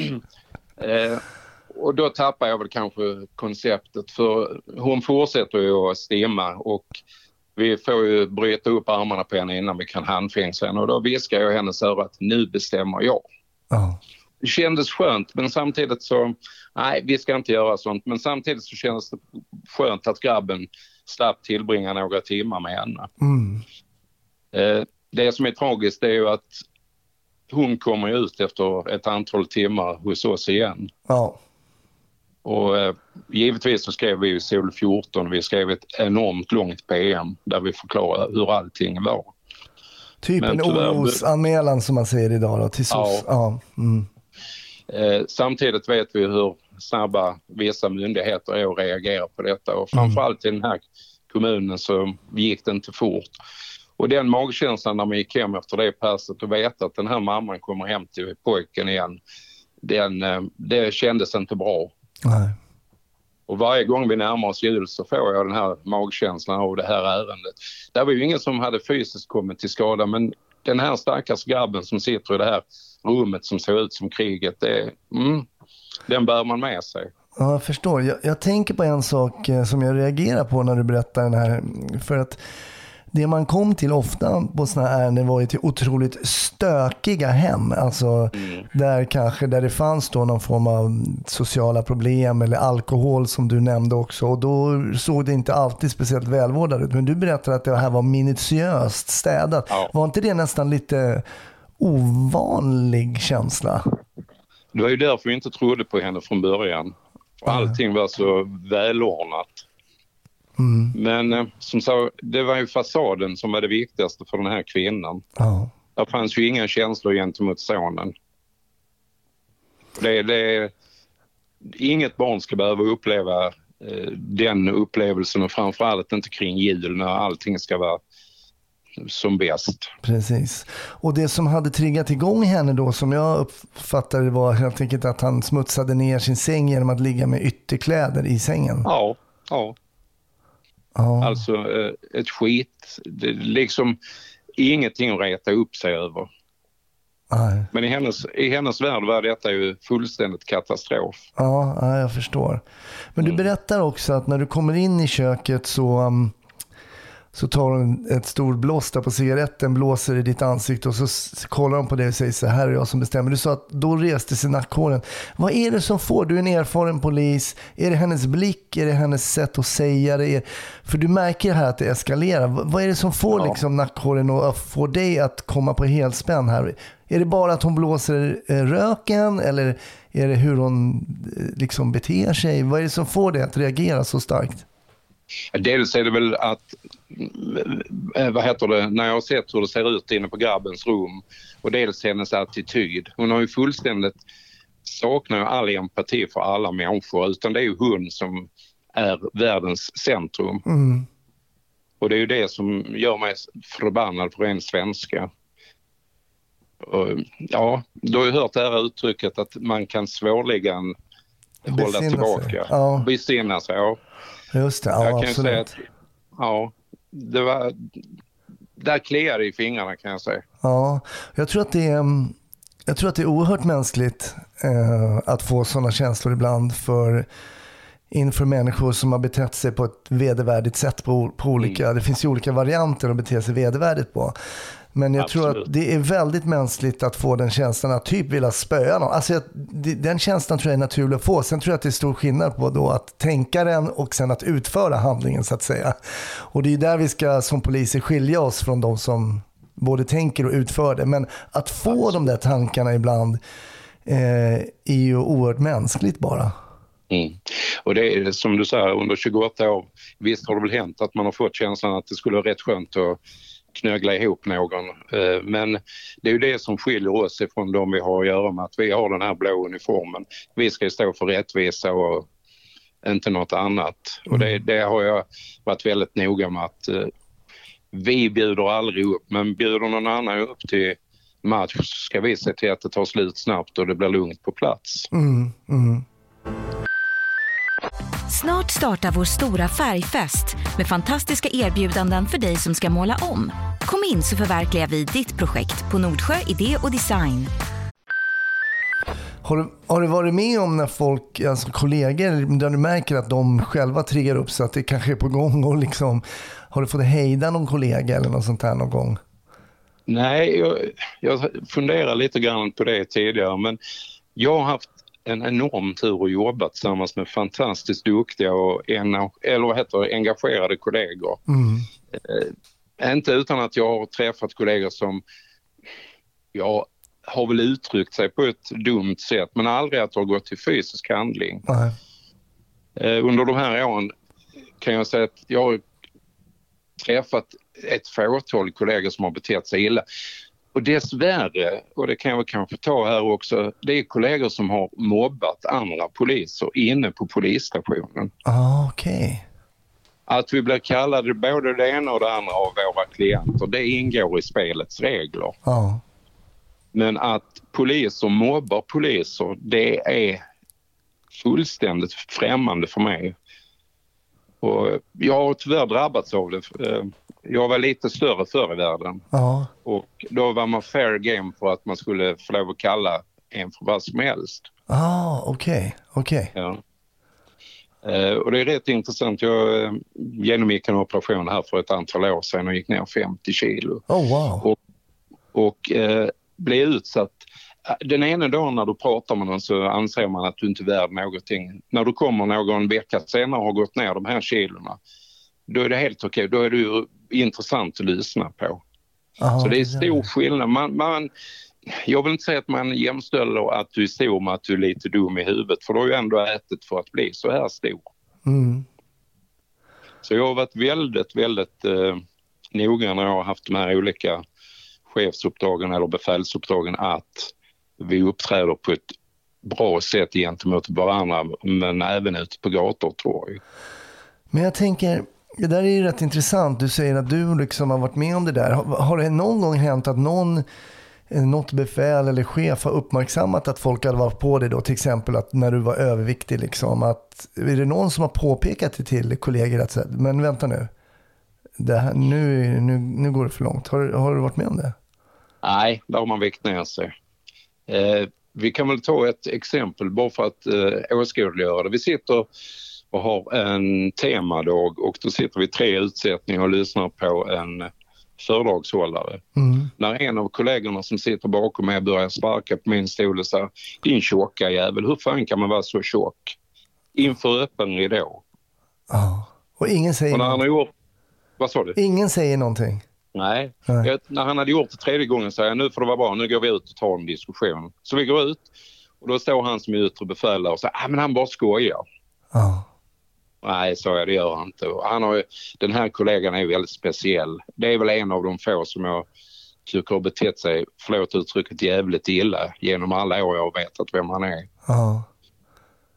eh, och då tappar jag väl kanske konceptet, för hon fortsätter ju att stimma och vi får ju bryta upp armarna på henne innan vi kan handfängsla henne och då viskar jag hennes öra att nu bestämmer jag. Ja. Det kändes skönt, men samtidigt så, nej, vi ska inte göra sånt, men samtidigt så kändes det skönt att grabben slapp tillbringa några timmar med henne. Mm. Eh, det som är tragiskt är ju att hon kommer ut efter ett antal timmar hos oss igen. Ja. Och eh, givetvis så skrev vi i Sol fjorton, vi skrev ett enormt långt P M där vi förklarar hur allting var. Typ Men en tyvärr- orosanmälan som man säger idag då, till S O S. Ja. Ja. Mm. Eh, samtidigt vet vi hur snabba vissa myndigheter är att reagera på detta och framförallt i den här kommunen så gick det inte fort. Och den magkänslan när man gick hem efter det passet och vet att den här mamman kommer hem till pojken igen, den, eh, det kändes inte bra. Nej. Och varje gång vi närmar oss jul så får jag den här magkänslan av det här ärendet. Det var ju ingen som hade fysiskt kommit till skada, men den här stackars grabben som sitter i det här rummet som ser ut som kriget, det, mm, den bär man med sig. Ja, jag förstår. Jag, jag tänker på en sak eh, som jag reagerar på när du berättar den här. För att det man kom till ofta på såna här ärenden var ju till otroligt stökiga hem. Alltså Mm. där kanske där det fanns då någon form av sociala problem eller alkohol som du nämnde också. Och då såg det inte alltid speciellt välvårdat ut. Men du berättade att det här var minutiöst städat. Ja. Var inte det nästan lite ovanlig känsla? Det var ju därför vi inte trodde på henne från början. För allting var så välordnat. Mm. Men eh, som sa, det var ju fasaden som var det viktigaste för den här kvinnan. Ja. Det fanns ju inga känslor gentemot sonen. Det, det, inget barn ska behöva uppleva eh, den upplevelsen och framförallt inte kring jul när allting ska vara som bäst. Precis. Och det som hade triggat igång henne då, som jag uppfattade, var helt enkelt att han smutsade ner sin säng genom att ligga med ytterkläder i sängen. Ja, ja. Ja. Alltså eh, ett skit. Det är liksom ingenting att reta upp sig över. Nej. Men i hennes, i hennes värld var detta ju fullständigt katastrof. Ja, ja, jag förstår. Men du berättar också att när du kommer in i köket så, um, så tar hon ett stort blås där på cigaretten, blåser i ditt ansikte och så s- kollar hon på dig och säger så här är jag som bestämmer. Du sa att då reste sig nackhåren. Vad är det som får? Du är en erfaren polis. Är det hennes blick? Är det hennes sätt att säga det? Är, för du märker här att det eskalerar. V- vad är det som får Ja. liksom nackhåren och att få dig att komma på helspänn här? Är det bara att hon blåser eh, röken eller är det hur hon eh, liksom beter sig? Vad är det som får dig att reagera så starkt? Dels är det väl att, eh, vad heter det, när jag har sett hur det ser ut inne på grabbens rum och dels hennes attityd. Hon har ju fullständigt, saknar ju all empati för alla människor utan det är ju hon som är världens centrum. Mm. Och det är ju det som gör mig förbannad på ren svenska. Och, ja, du har ju hört det här uttrycket att man kan svårligen hålla Besinna tillbaka. sig. Ja. Besinna sig, ja. Just det, ja, Jag kan ju absolut. säga att, ja, det var, där kliar det i fingrarna kan jag säga. Ja, jag tror att det är, jag tror att det är oerhört mänskligt eh, att få sådana känslor ibland för inför människor som har betett sig på ett vedervärdigt sätt på, på olika, mm. det finns ju olika varianter att bete sig vedervärdigt på. Men jag Absolut. tror att det är väldigt mänskligt att få den känslan att typ vilja spöa någon. Alltså jag, den känslan tror jag är naturlig att få. Sen tror jag att det är stor skillnad på då att tänka den och sen att utföra handlingen så att säga. Och det är där vi ska som poliser skilja oss från de som både tänker och utför det. Men att få Absolut. de där tankarna ibland eh, är ju oerhört mänskligt bara. Mm. Och det är som du säger, under tjugoåtta år, visst har det väl hänt att man har fått känslan att det skulle vara rätt skönt att knögla ihop någon. Men det är ju det som skiljer oss ifrån de vi har att göra med, att vi har den här blå uniformen. Vi ska stå för rättvisa och inte något annat. Och det, det har jag varit väldigt noga med att vi bjuder aldrig upp, men bjuder någon annan upp till match ska vi se till att det tar slut snabbt och det blir lugnt på plats. Mm, mm. Snart startar vår stora färgfest med fantastiska erbjudanden för dig som ska måla om. Kom in så förverkligar vi ditt projekt på Nordsjö Idé och Design. Har du, har du varit med om när folk, alltså kollegor, där du märker att de själva triggar upp så att det kanske är på gång och liksom, har du fått hejda någon kollega eller något sånt här någon gång? Nej, jag, jag funderar lite grann på det tidigare, men jag har haft en enorm tur att jobba tillsammans med fantastiskt duktiga och en, eller vad heter det, engagerade kollegor. Mm. Eh, inte utan att jag har träffat kollegor som jag har väl uttryckt sig på ett dumt sätt, men aldrig att det har gått till fysisk handling. Mm. Eh, under de här åren kan jag säga att jag har träffat ett fåtal kollegor som har betett sig illa. Och dessvärre, och det kan jag kanske ta här också, det är kollegor som har mobbat andra poliser inne på polisstationen. Ah, okej. Okay. Att vi blir kallade både det ena och det andra av våra klienter, det ingår i spelets regler. Ah. Men att poliser mobbar poliser, det är fullständigt främmande för mig. Och jag har tyvärr drabbats av det. Jag var lite större förr i världen. Ja. Och då var man fair game för att man skulle få lov att kalla en för vad som helst. Ah, okej. Okay. Okay. Ja. Uh, och det är rätt intressant. Jag uh, genomgick en operation här för ett antal år sedan och gick ner femtio kilo. Oh, wow. Och, och uh, blev utsatt. Den ena dagen när du pratar med någon så anser man att du inte är värd någonting. När du kommer någon vecka senare och har gått ner de här kilorna, då är det helt okej. Då är det ju intressant att lyssna på. Aha, så det är stor ja. skillnad. Man, man, jag vill inte säga att man jämställer att du är stor med att du är lite dum i huvudet. För då har ju ändå ätit för att bli så här stor. Mm. Så jag har varit väldigt, väldigt eh, noga när jag har haft de här olika chefsuppdragen eller befälsuppdragen att vi uppträder på ett bra sätt gentemot varandra, men även ute på gator och torg. Men jag tänker, det där är ju rätt intressant. Du säger att du liksom har varit med om det där. Har, har det någon gång hänt att någon, något befäl eller chef har uppmärksammat att folk hade varit på det då? Till exempel att när du var överviktig liksom, att är det någon som har påpekat det till kollegor att säga, men vänta nu, det här, nu, nu, nu går det för långt. Har, har du varit med om det? Nej, där har man väckt ner sig. Eh, vi kan väl ta ett exempel bara för att eh, åskådliggöra det. Vi sitter och har en temadag och då sitter vi tre utsättningar och lyssnar på en föredragshållare. Mm. När en av kollegorna som sitter bakom mig börjar sparka på min stol och säger, din tjocka jävel, hur fan kan man vara så tjock? Inför öppen ridå. Ja, och ingen säger och när han har gjort, vad sa du? Ingen säger någonting. Nej, Nej. Jag, när han hade gjort det tredje gången sa jag, nu får det vara bra, nu går vi ut och tar en diskussion. Så vi går ut och då står han som är yttre befäl och säger, ah, men han bara skojar. Ja. Nej, så jag, det gör han inte. Och han har ju, den här kollegan är väldigt speciell. Det är väl en av de få som jag tycker har betett sig, förlåt uttrycket, jävligt illa genom alla år jag har vetat vem han är. Ja.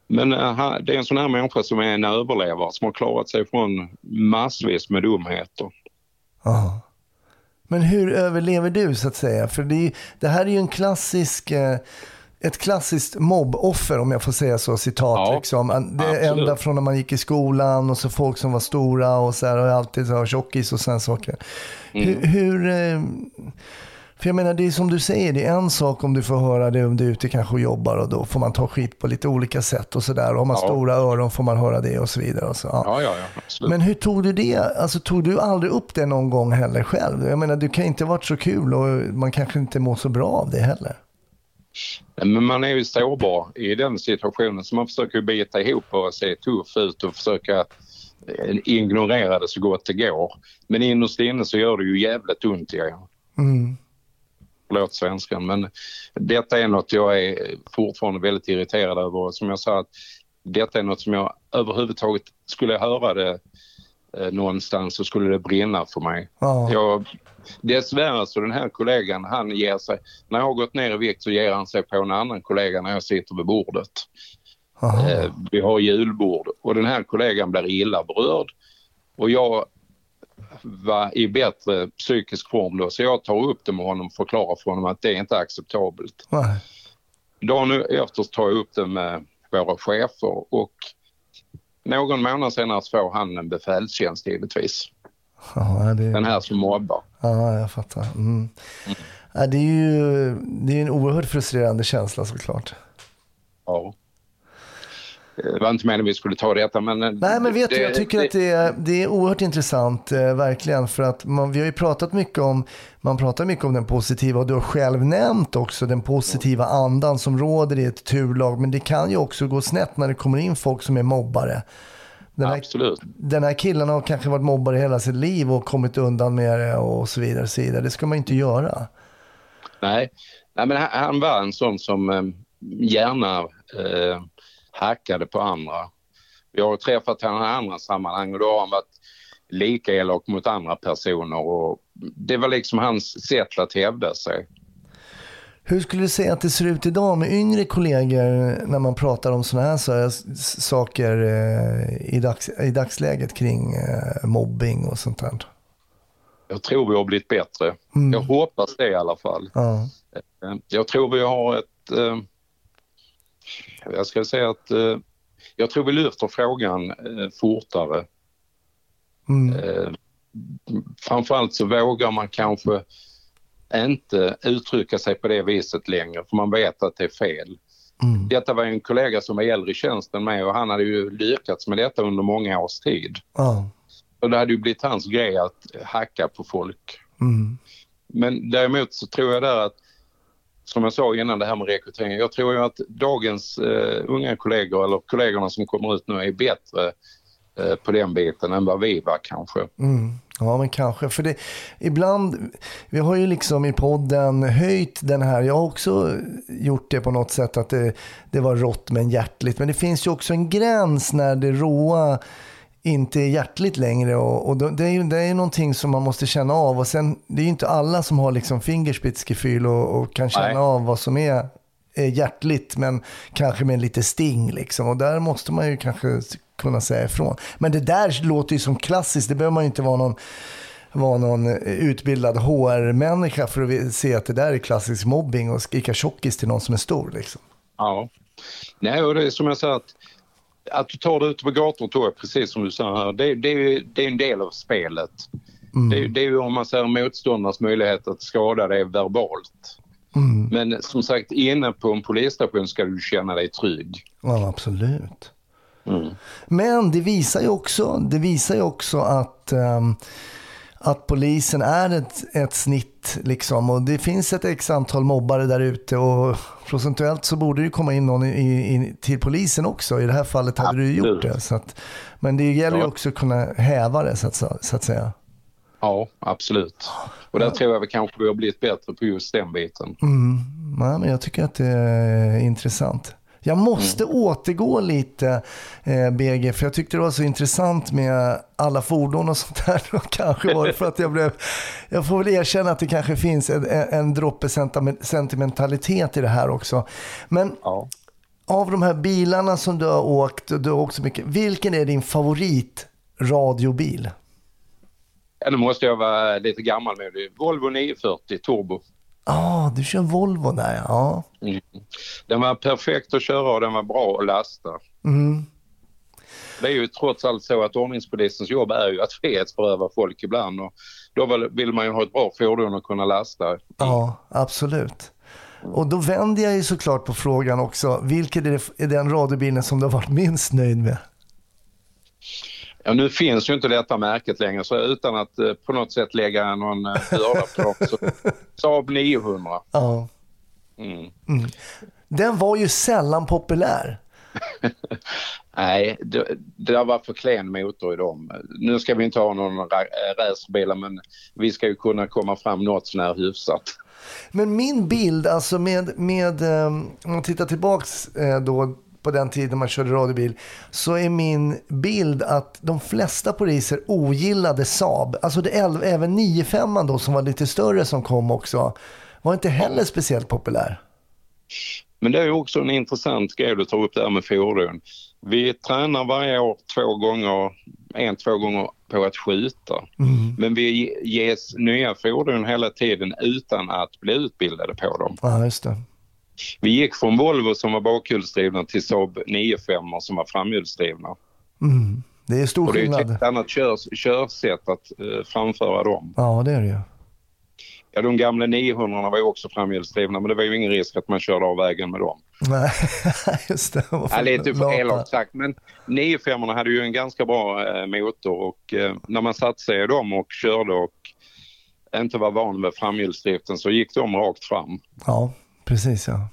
Men uh, det är en sån här människa som är en överlevare som har klarat sig från massvis med dumheter. Ja. Men hur överlever du så att säga? För det, det här är ju en klassisk... Eh, ett klassiskt mobboffer, om jag får säga så, citat. Ja, liksom. Det är absolut. ända från när man gick i skolan och så folk som var stora och så här, och alltid så tjockis och sen saker. Mm. Hur... hur eh, för jag menar, det är som du säger, det är en sak om du får höra det om du är ute kanske och jobbar, och då får man ta skit på lite olika sätt och sådär. Och om man har Ja. stora öron får man höra det och så vidare. Och så, ja. Ja, ja, ja, absolut. Men hur tog du det? Alltså tog du aldrig upp det någon gång heller själv? Jag menar, du kan inte ha varit så kul och man kanske inte mår så bra av det heller. Men man är ju sårbar i den situationen, så man försöker bita ihop och se tuff ut och försöka ignorera det så gott det går. Men innerst inne så gör det ju jävligt ont i er. Mm. Förlåt svenskan, men detta är något jag är fortfarande väldigt irriterad över. Som jag sa, att detta är något som jag överhuvudtaget skulle höra det eh, någonstans, så skulle det brinna för mig. Ja. Jag, dessvärre så den här kollegan, han ger sig, när jag har gått ner i vikt så ger han sig på en annan kollega när jag sitter vid bordet. Eh, vi har julbord och den här kollegan blir illa berörd och jag var i bättre psykisk form då, så jag tar upp det med honom och förklarar för honom att det är inte acceptabelt. Nej. Dagen efter tar jag upp det med våra chefer och någon månad senare får han en befälstjänst givetvis. Ja, det... Den här som mobbar. Ja, jag fattar. Mm. Mm. Ja, det är ju det är en oerhört frustrerande känsla såklart. Ja. Det var inte meningen vi skulle ta detta, men... Nej, men vet det, du, jag tycker det, att det är, det är oerhört intressant, eh, verkligen, för att man, vi har ju pratat mycket om, man pratar mycket om den positiva, och du har själv nämnt också den positiva andan som råder i ett turlag, men det kan ju också gå snett när det kommer in folk som är mobbare. Den här, Absolut. Den här killen har kanske varit mobbare hela sitt liv och kommit undan med det och så vidare, så vidare. Det ska man inte göra. Nej, Nej men han, han var en sån som eh, gärna eh, hackade på andra. Jag har träffat honom i andra sammanhang och då har han varit lika elak mot andra personer och det var liksom hans sätt att hävda sig. Hur skulle du säga att det ser ut idag med yngre kollegor när man pratar om såna här, så här saker eh, i, dags, i dagsläget kring eh, mobbing och sånt där? Jag tror vi har blivit bättre. Mm. Jag hoppas det i alla fall. Ja. Jag tror vi har ett... Eh, jag ska säga att... Eh, jag tror vi lyfter frågan eh, fortare. Mm. Eh, framförallt så vågar man kanske inte uttrycka sig på det viset längre, för man vet att det är fel. Mm. Detta var en kollega som var äldre i tjänsten med och han hade ju lyckats med detta under många års tid. Ja. Och det hade ju blivit hans grej att hacka på folk. Mm. Men däremot så tror jag där att, som jag sa innan det här med rekrytering, jag tror ju att dagens uh, unga kollegor eller kollegorna som kommer ut nu är bättre uh, på den biten än vad vi var kanske. Mm. Ja, men kanske. För det, ibland, vi har ju liksom i podden höjt den här, jag har också gjort det på något sätt att det, det var rått men hjärtligt. Men det finns ju också en gräns när det råa inte är hjärtligt längre, och, och det är ju det är någonting som man måste känna av, och sen det är ju inte alla som har liksom fingerspitzgefühl och, och kan känna Nej. av vad som är, är hjärtligt, men kanske med lite sting liksom, och där måste man ju kanske kunna säga ifrån. Men det där låter ju som klassiskt, det behöver man ju inte vara någon, vara någon utbildad H R-människa för att se att det där är klassisk mobbing och skrika tjockis till någon som är stor liksom. Ja, nej, och det är som jag sa, att Att du tar det ut på gator och torg, precis som du sa här, det, det, är, det är en del av spelet. Mm. Det, det är ju om man ser motståndarnas möjlighet att skada dig verbalt. Mm. Men som sagt, inne på en polisstation ska du känna dig trygg. Ja, absolut. Mm. Men det visar ju också, det visar ju också att... Um, att polisen är ett, ett snitt liksom, och det finns ett x antal mobbare där ute, och procentuellt så borde det komma in någon i, i, till polisen också. I det här fallet hade Absolut. du gjort det, så att, men det gäller ju ja. också att kunna häva det så att, så att säga. Ja, absolut. Och där ja. tror jag vi kanske vi har blivit bättre på just den biten. Mm. Ja, men jag tycker att det är intressant. Jag måste mm. återgå lite, eh, B G, för jag tyckte det var så intressant med alla fordon och sånt där. Och kanske var det för att jag blev... Jag får väl erkänna att det kanske finns en, en droppe sentimentalitet i det här också. Men ja. av de här bilarna som du har åkt, du har åkt så mycket, vilken är din favorit radiobil? Ja, nu måste jag vara lite gammal med det. Volvo niohundrafyrtio Turbo. Ja, ah, du kör Volvo där, ja. Mm. Den var perfekt att köra och den var bra att lasta. Mm. Det är ju trots allt så att ordningspolisens jobb är ju att frihetsberöva folk ibland. Och då vill man ju ha ett bra fordon att kunna lasta. Ja, absolut. Och då vänder jag ju såklart på frågan också. Vilken är den radiobilen som du har varit minst nöjd med? Ja, nu finns ju inte detta märket längre, så utan att eh, på något sätt lägga någon eh, börda på dem, så Saab niohundra. Ja. Mm. Mm. Den var ju sällan populär. Nej, det, det var för klen motor i dem. Nu ska vi inte ha någon racerbilar, men vi ska ju kunna komma fram något sån här hyfsat. Men min bild, alltså med, med om man tittar tillbaks då på den tiden man körde radiobil, så är min bild att de flesta poliser ogillade Saab. Alltså det är även nio fem då som var lite större som kom också, var inte heller speciellt populär. Men det är ju också en intressant grej du tar upp där med fordon. Vi tränar varje år två gånger, en, två gånger på att skjuta. Mm. Men vi ges nya fordon hela tiden utan att bli utbildade på dem. Ja, just det. Vi gick från Volvo som var bakhjulsdrivna till Saab nio fem som var framhjulsdrivna. Mm. Det är stor skillnad. Och det är ett annat kör, körsätt att uh, framföra dem. Ja, det är det ju. Ja, de gamla niohundra var ju också framhjulsdrivna, men det var ju ingen risk att man körde av vägen med dem. Nej, just det. Ja, lite för elakt sagt, men nio fem hade ju en ganska bra eh, motor och eh, när man satt sig i dem och körde och inte var van med framhjulsdriften så gick de rakt fram. Ja, precis, ja.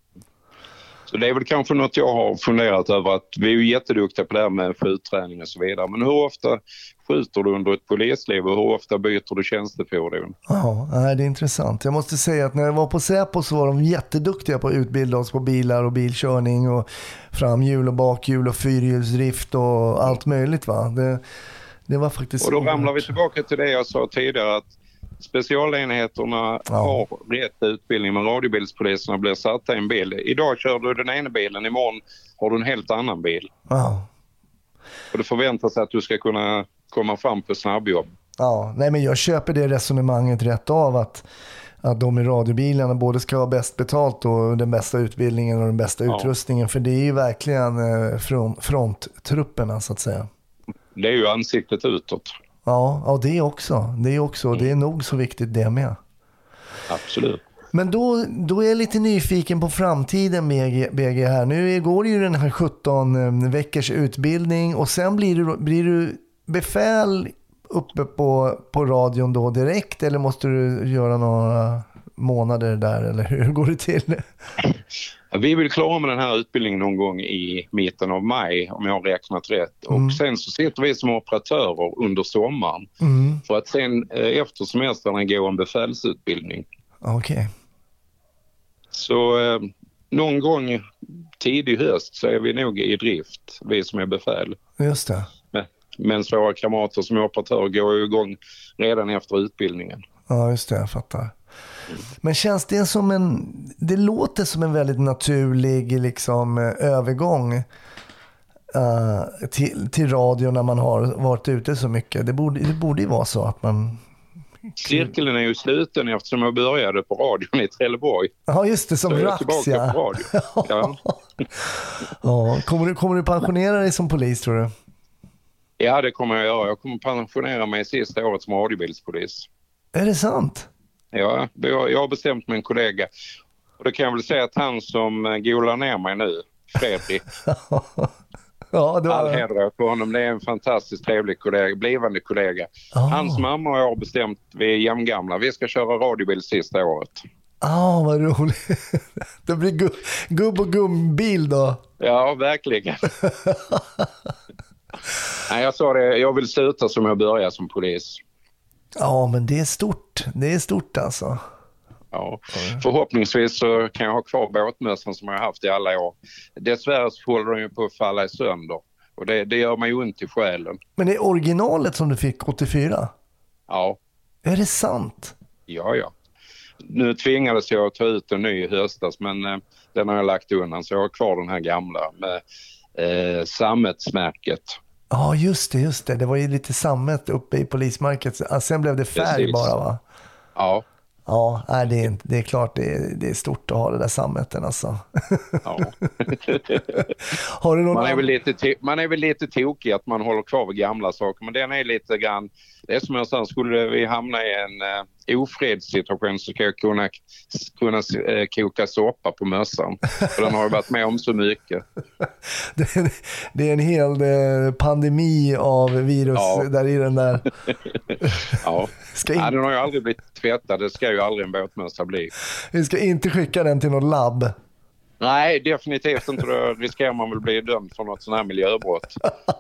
Så det är väl kanske något jag har funderat över, att vi är ju jätteduktiga på det här med skjutträning och så vidare. Men hur ofta skjuter du under ett polisliv och hur ofta byter du tjänstefordon? Ja, det är intressant. Jag måste säga att när jag var på Säpo så var de jätteduktiga på att utbilda oss på bilar och bilkörning och framhjul och bakhjul och fyrhjulsdrift och allt möjligt, va? Det, det var faktiskt... Och då ramlar vi tillbaka till det jag sa tidigare, att specialenheterna ja. har rätt utbildning, men radiobilspoliserna blir satta i en bil. Idag kör du den ena bilen, imorgon har du en helt annan bil. Ja. Och det förväntas att du ska kunna komma fram på snabbjobb. Ja, nej men jag köper det resonemanget rätt av att, att de i radiobilarna både ska ha bäst betalt och den bästa utbildningen och den bästa ja. utrustningen. För det är ju verkligen front, fronttrupperna så att säga. Det är ju ansiktet utåt. Ja, ja det är också. Det är också. Mm. Det är nog så viktigt det med. Absolut. Men då, då är jag lite nyfiken på framtiden med B G här. Nu går det ju den här sjutton veckors utbildning och sen blir du, blir du befäl uppe på, på radion då direkt, eller måste du göra några månader där, eller hur går det till? Vi vill klara med den här utbildningen någon gång i mitten av maj om jag har räknat rätt. Mm. Och sen så sitter vi som operatörer under sommaren mm. för att sen efter semestern gå en befälsutbildning. Okej. Okay. Så eh, någon gång tidig höst så är vi nog i drift, vi som är befäl. Just det. Men, men våra kamrater som är operatörer går ju igång redan efter utbildningen. Ja, just det, jag fattar. Men känns det som en, det låter som en väldigt naturlig liksom övergång uh, till, till radio när man har varit ute så mycket. Det borde, det borde ju vara så att man... Cirkeln är ju sluten eftersom jag började på radion i Trelleborg. Ja, just det, som Rax, ja. På radio. Ja. Ja, kommer du, kommer du pensionera dig som polis, tror du? Ja, det kommer jag göra. Jag kommer pensionera mig sista året som radiobilspolis. Är det sant? Ja, jag har bestämt med en kollega. Och det kan jag väl säga att han som golar ner mig nu, Fredrik. Ja, det var... All heder på honom. Det är en fantastiskt trevlig kollega, blivande kollega. Oh. Hans mamma och jag har bestämt, vi är jämngamla. Vi ska köra radiobil sista året. Ja, oh, vad roligt. Det blir gu- gubb- och gumbil då. Ja, verkligen. Nej, jag sa det, jag vill sluta som jag började som polis. Ja, men det är stort. Det är stort alltså. Ja, förhoppningsvis så kan jag ha kvar båtmössan som jag har haft i alla år. Dessvärre så håller de ju på att falla i sönder. Och det, det gör mig ju ont i själen. Men det är originalet som du fick åttiofyra? Ja. Är det sant? Ja, ja. nu tvingades jag att ta ut en ny i höstas, men eh, den har jag lagt undan, så jag har kvar den här gamla med eh, sammetsmärket. Ja, just det, just det. Det var ju lite sammet uppe i polismärket. Ja, sen blev det färg Precis. bara, va? Ja. Ja, nej, det, är, det är klart det är, det är stort att ha det där sammeten alltså. Ja. Har du någon man, är väl lite to- man är väl lite tokig att man håller kvar vid gamla saker, men den är lite grann, det är som jag sa, skulle vi hamna i en uh, ofredssituation så ska jag kunna, kunna uh, koka soppa på mössan, för den har ju varit med om så mycket. det, är, det är en hel uh, pandemi av virus ja. där i den där. Ja. Ska in... Nej, den har ju aldrig blivit tvättad, det ska ju aldrig en båtmössa bli. Vi ska inte skicka den till något labb. Nej, definitivt inte. Då riskerar man väl bli dömd för något sån här miljöbrott.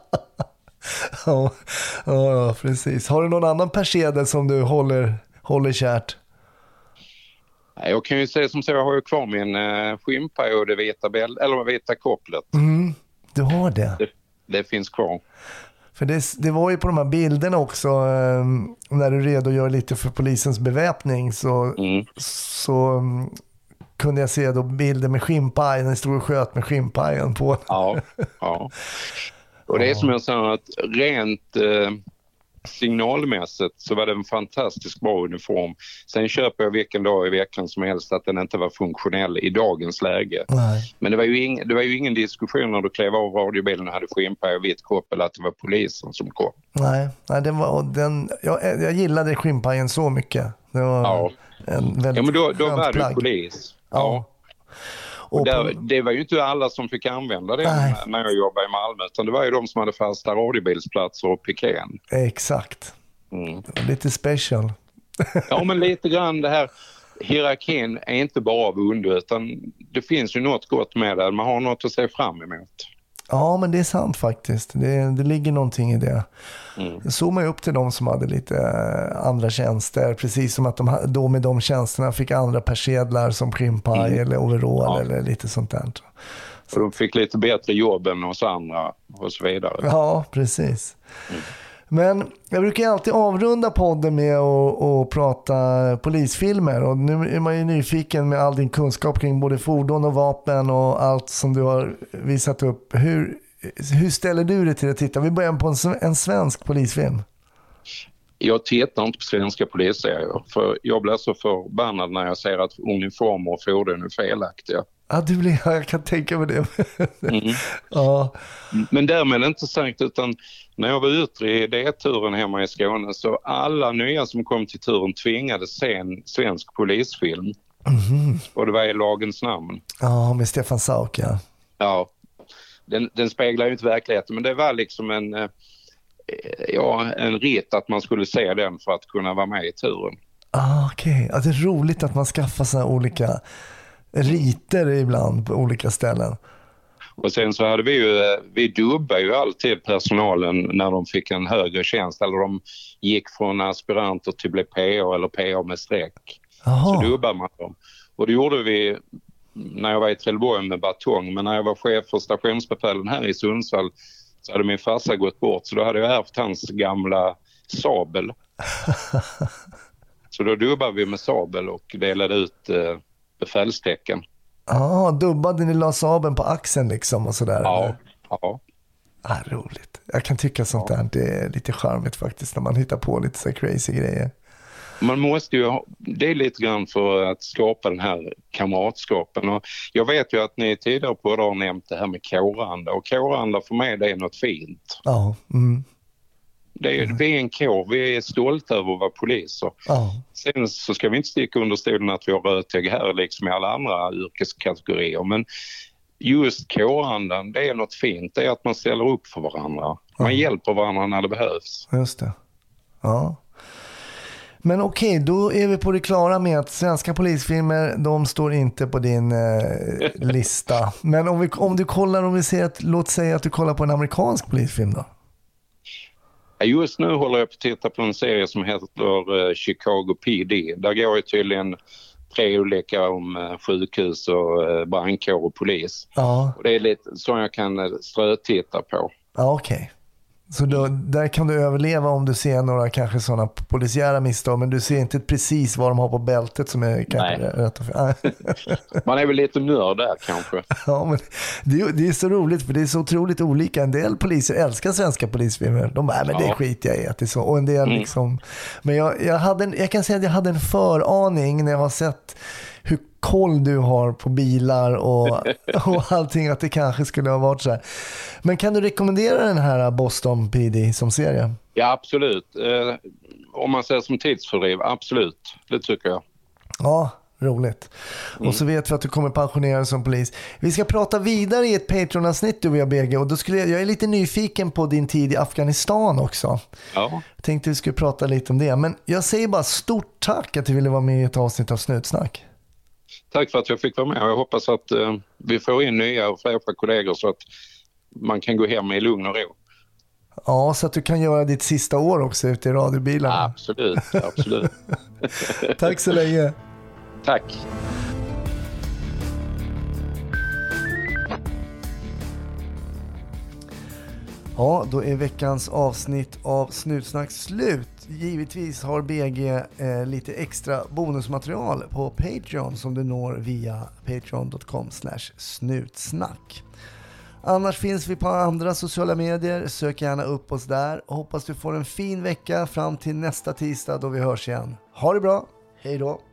ja, ja, precis. Har du någon annan persedel som du håller, håller kärt? Jag kan ju säga som så, jag har ju kvar min uh, skimpa och det vita, bäl- eller vita kopplet. Mm, du har det. det? Det finns kvar. För det, det var ju på de här bilderna också, eh, när du redogör lite för polisens beväpning, så, mm. så um, kunde jag se då bilder med skimpajen, en stor sköt med skimpajen på. Ja, ja. Och det är som jag sa, att rent eh, signalmässigt så var det en fantastiskt bra uniform. Sen köper jag vilken dag i veckan som helst att den inte var funktionell i dagens läge. Nej. Men det var, ju ing, det var ju ingen diskussion när du klev av radiobilen och hade skimpaj och vitt koppel att det var polisen som kom. Nej, nej den var, den, jag, jag gillade skimpajen så mycket. Det var ja. en väldigt ja, men då, då var plagg. du polis. Ja. ja. Och där, på... Det var ju inte alla som fick använda det Nej. när jag jobbade i Malmö, utan det var ju de som hade fasta radiobilsplatser och pikén. Exakt. Mm. Lite special. Ja, men lite grann det här, hierarkin är inte bara av ondo, utan det finns ju något gott med det. Man har något att se fram emot. Ja, men det är sant faktiskt. Det, det ligger någonting i det. Mm. Jag såg mig upp till de som hade lite andra tjänster. Precis som att de då med de tjänsterna fick andra persedlar som skimpaj mm. eller overall ja. eller lite sånt där. Så de fick lite bättre jobb än oss andra och så vidare. Ja, precis. Mm. Men jag brukar alltid avrunda podden med att, att prata polisfilmer. Och nu är man ju nyfiken med all din kunskap kring både fordon och vapen och allt som du har visat upp. Hur, hur ställer du dig till att titta? Vi börjar på en, en svensk polisfilm. Jag tittar inte på svenska polisserier, för jag blir så förbannad när jag ser att uniformer och fordon är felaktiga. Ja, du blir, jag kan tänka mig det. Mm. Ja. Men därmed inte sagt, utan när jag var ute i D-turen hemma i Skåne så alla nya som kom till turen tvingades se en svensk polisfilm. Mm. Och det var i lagens namn. Ja, med Stefan Sauk, ja. Ja, den, den speglar ju inte verkligheten, men det var liksom en, eh, ja, en rit att man skulle se den för att kunna vara med i turen. Ah, okej. Okay. Ja, det är roligt att man skaffar sig olika riter ibland på olika ställen. Och sen så hade vi ju, vi dubbade ju alltid personalen när de fick en högre tjänst, eller de gick från aspiranter till bli P A eller P A med streck. Aha. Så dubbade man dem. Och det gjorde vi när jag var i Trelleborg med batong, men när jag var chef för stationsbefälen här i Sundsvall så hade min farsa gått bort, så då hade jag ärvt hans gamla sabel. Så då dubbade vi med sabel och delade ut eh, befälstecken. Ja, ah, dubbade ni la sabeln på axeln liksom och sådär? Ja, eller? ja. Ah, roligt. Jag kan tycka sånt ja. där, det är lite charmigt faktiskt när man hittar på lite så crazy grejer. Man måste ju ha, det är lite grann för att skapa den här kamratskapen. Och jag vet ju att ni tidigare på det har nämnt det här med kåranda. Och kåranda för mig, det är något fint. Ja. Mm. Det är, mm. Vi är en kår, vi är stolta över att vara poliser. Ja. Sen så ska vi inte sticka under stolen att vi har rötägg här liksom i alla andra yrkeskategorier. Men just kårandan, det är något fint. Det är att man ställer upp för varandra. Man ja. hjälper varandra när det behövs. Just det. Ja. Men okej, då är vi på det klara med att svenska polisfilmer, de står inte på din eh, lista. Men om, vi, om du kollar, om vi ser att, låt säga att du kollar på en amerikansk polisfilm då? Just nu håller jag på att titta på en serie som heter uh, Chicago P D. Där går ju tydligen tre olika om uh, sjukhus och uh, brandkår och polis. Ja. Och det är lite så jag kan uh, strötitta på. Ja, okej. Okay. Så då, där kan du överleva om du ser några kanske sådana polisiära misstag, men du ser inte precis vad de har på bältet som är kanske rätt och fel. Man är väl lite nörd där kanske. Ja, men det är, det är så roligt för det är så otroligt olika. En del poliser älskar svenska polisfilmer. De bara, men det Ja. skiter jag i att det är så. Och en del Mm. liksom... Men jag, jag, hade en, jag kan säga att jag hade en föraning när jag har sett hur koll du har på bilar och, och allting, att det kanske skulle ha varit så här. Men kan du rekommendera den här Boston P D som serie? Ja, absolut. Eh, om man ser som tidsfördriv, absolut. Det tycker jag. Ja, roligt. Mm. Och så vet vi att du kommer pensionera som polis. Vi ska prata vidare i ett Patreon-avsnitt du och jag, B G. Och då skulle jag, jag är lite nyfiken på din tid i Afghanistan också. Ja. Jag tänkte vi skulle prata lite om det. Men jag säger bara stort tack att du ville vara med i ett avsnitt av Snutsnack. Tack för att jag fick vara med. Jag hoppas att eh, vi får in nya och fler kollegor så att man kan gå hem i lugn och ro. Ja, så att du kan göra ditt sista år också ute i radiobilarna. Absolut, absolut. Tack så länge. Tack. Ja, då är veckans avsnitt av Snutsnack slut. Givetvis har B G eh, lite extra bonusmaterial på Patreon som du når via patreon dot com slash snutsnack. Annars finns vi på andra sociala medier. Sök gärna upp oss där. Och hoppas du får en fin vecka fram till nästa tisdag då vi hörs igen. Ha det bra. Hej då.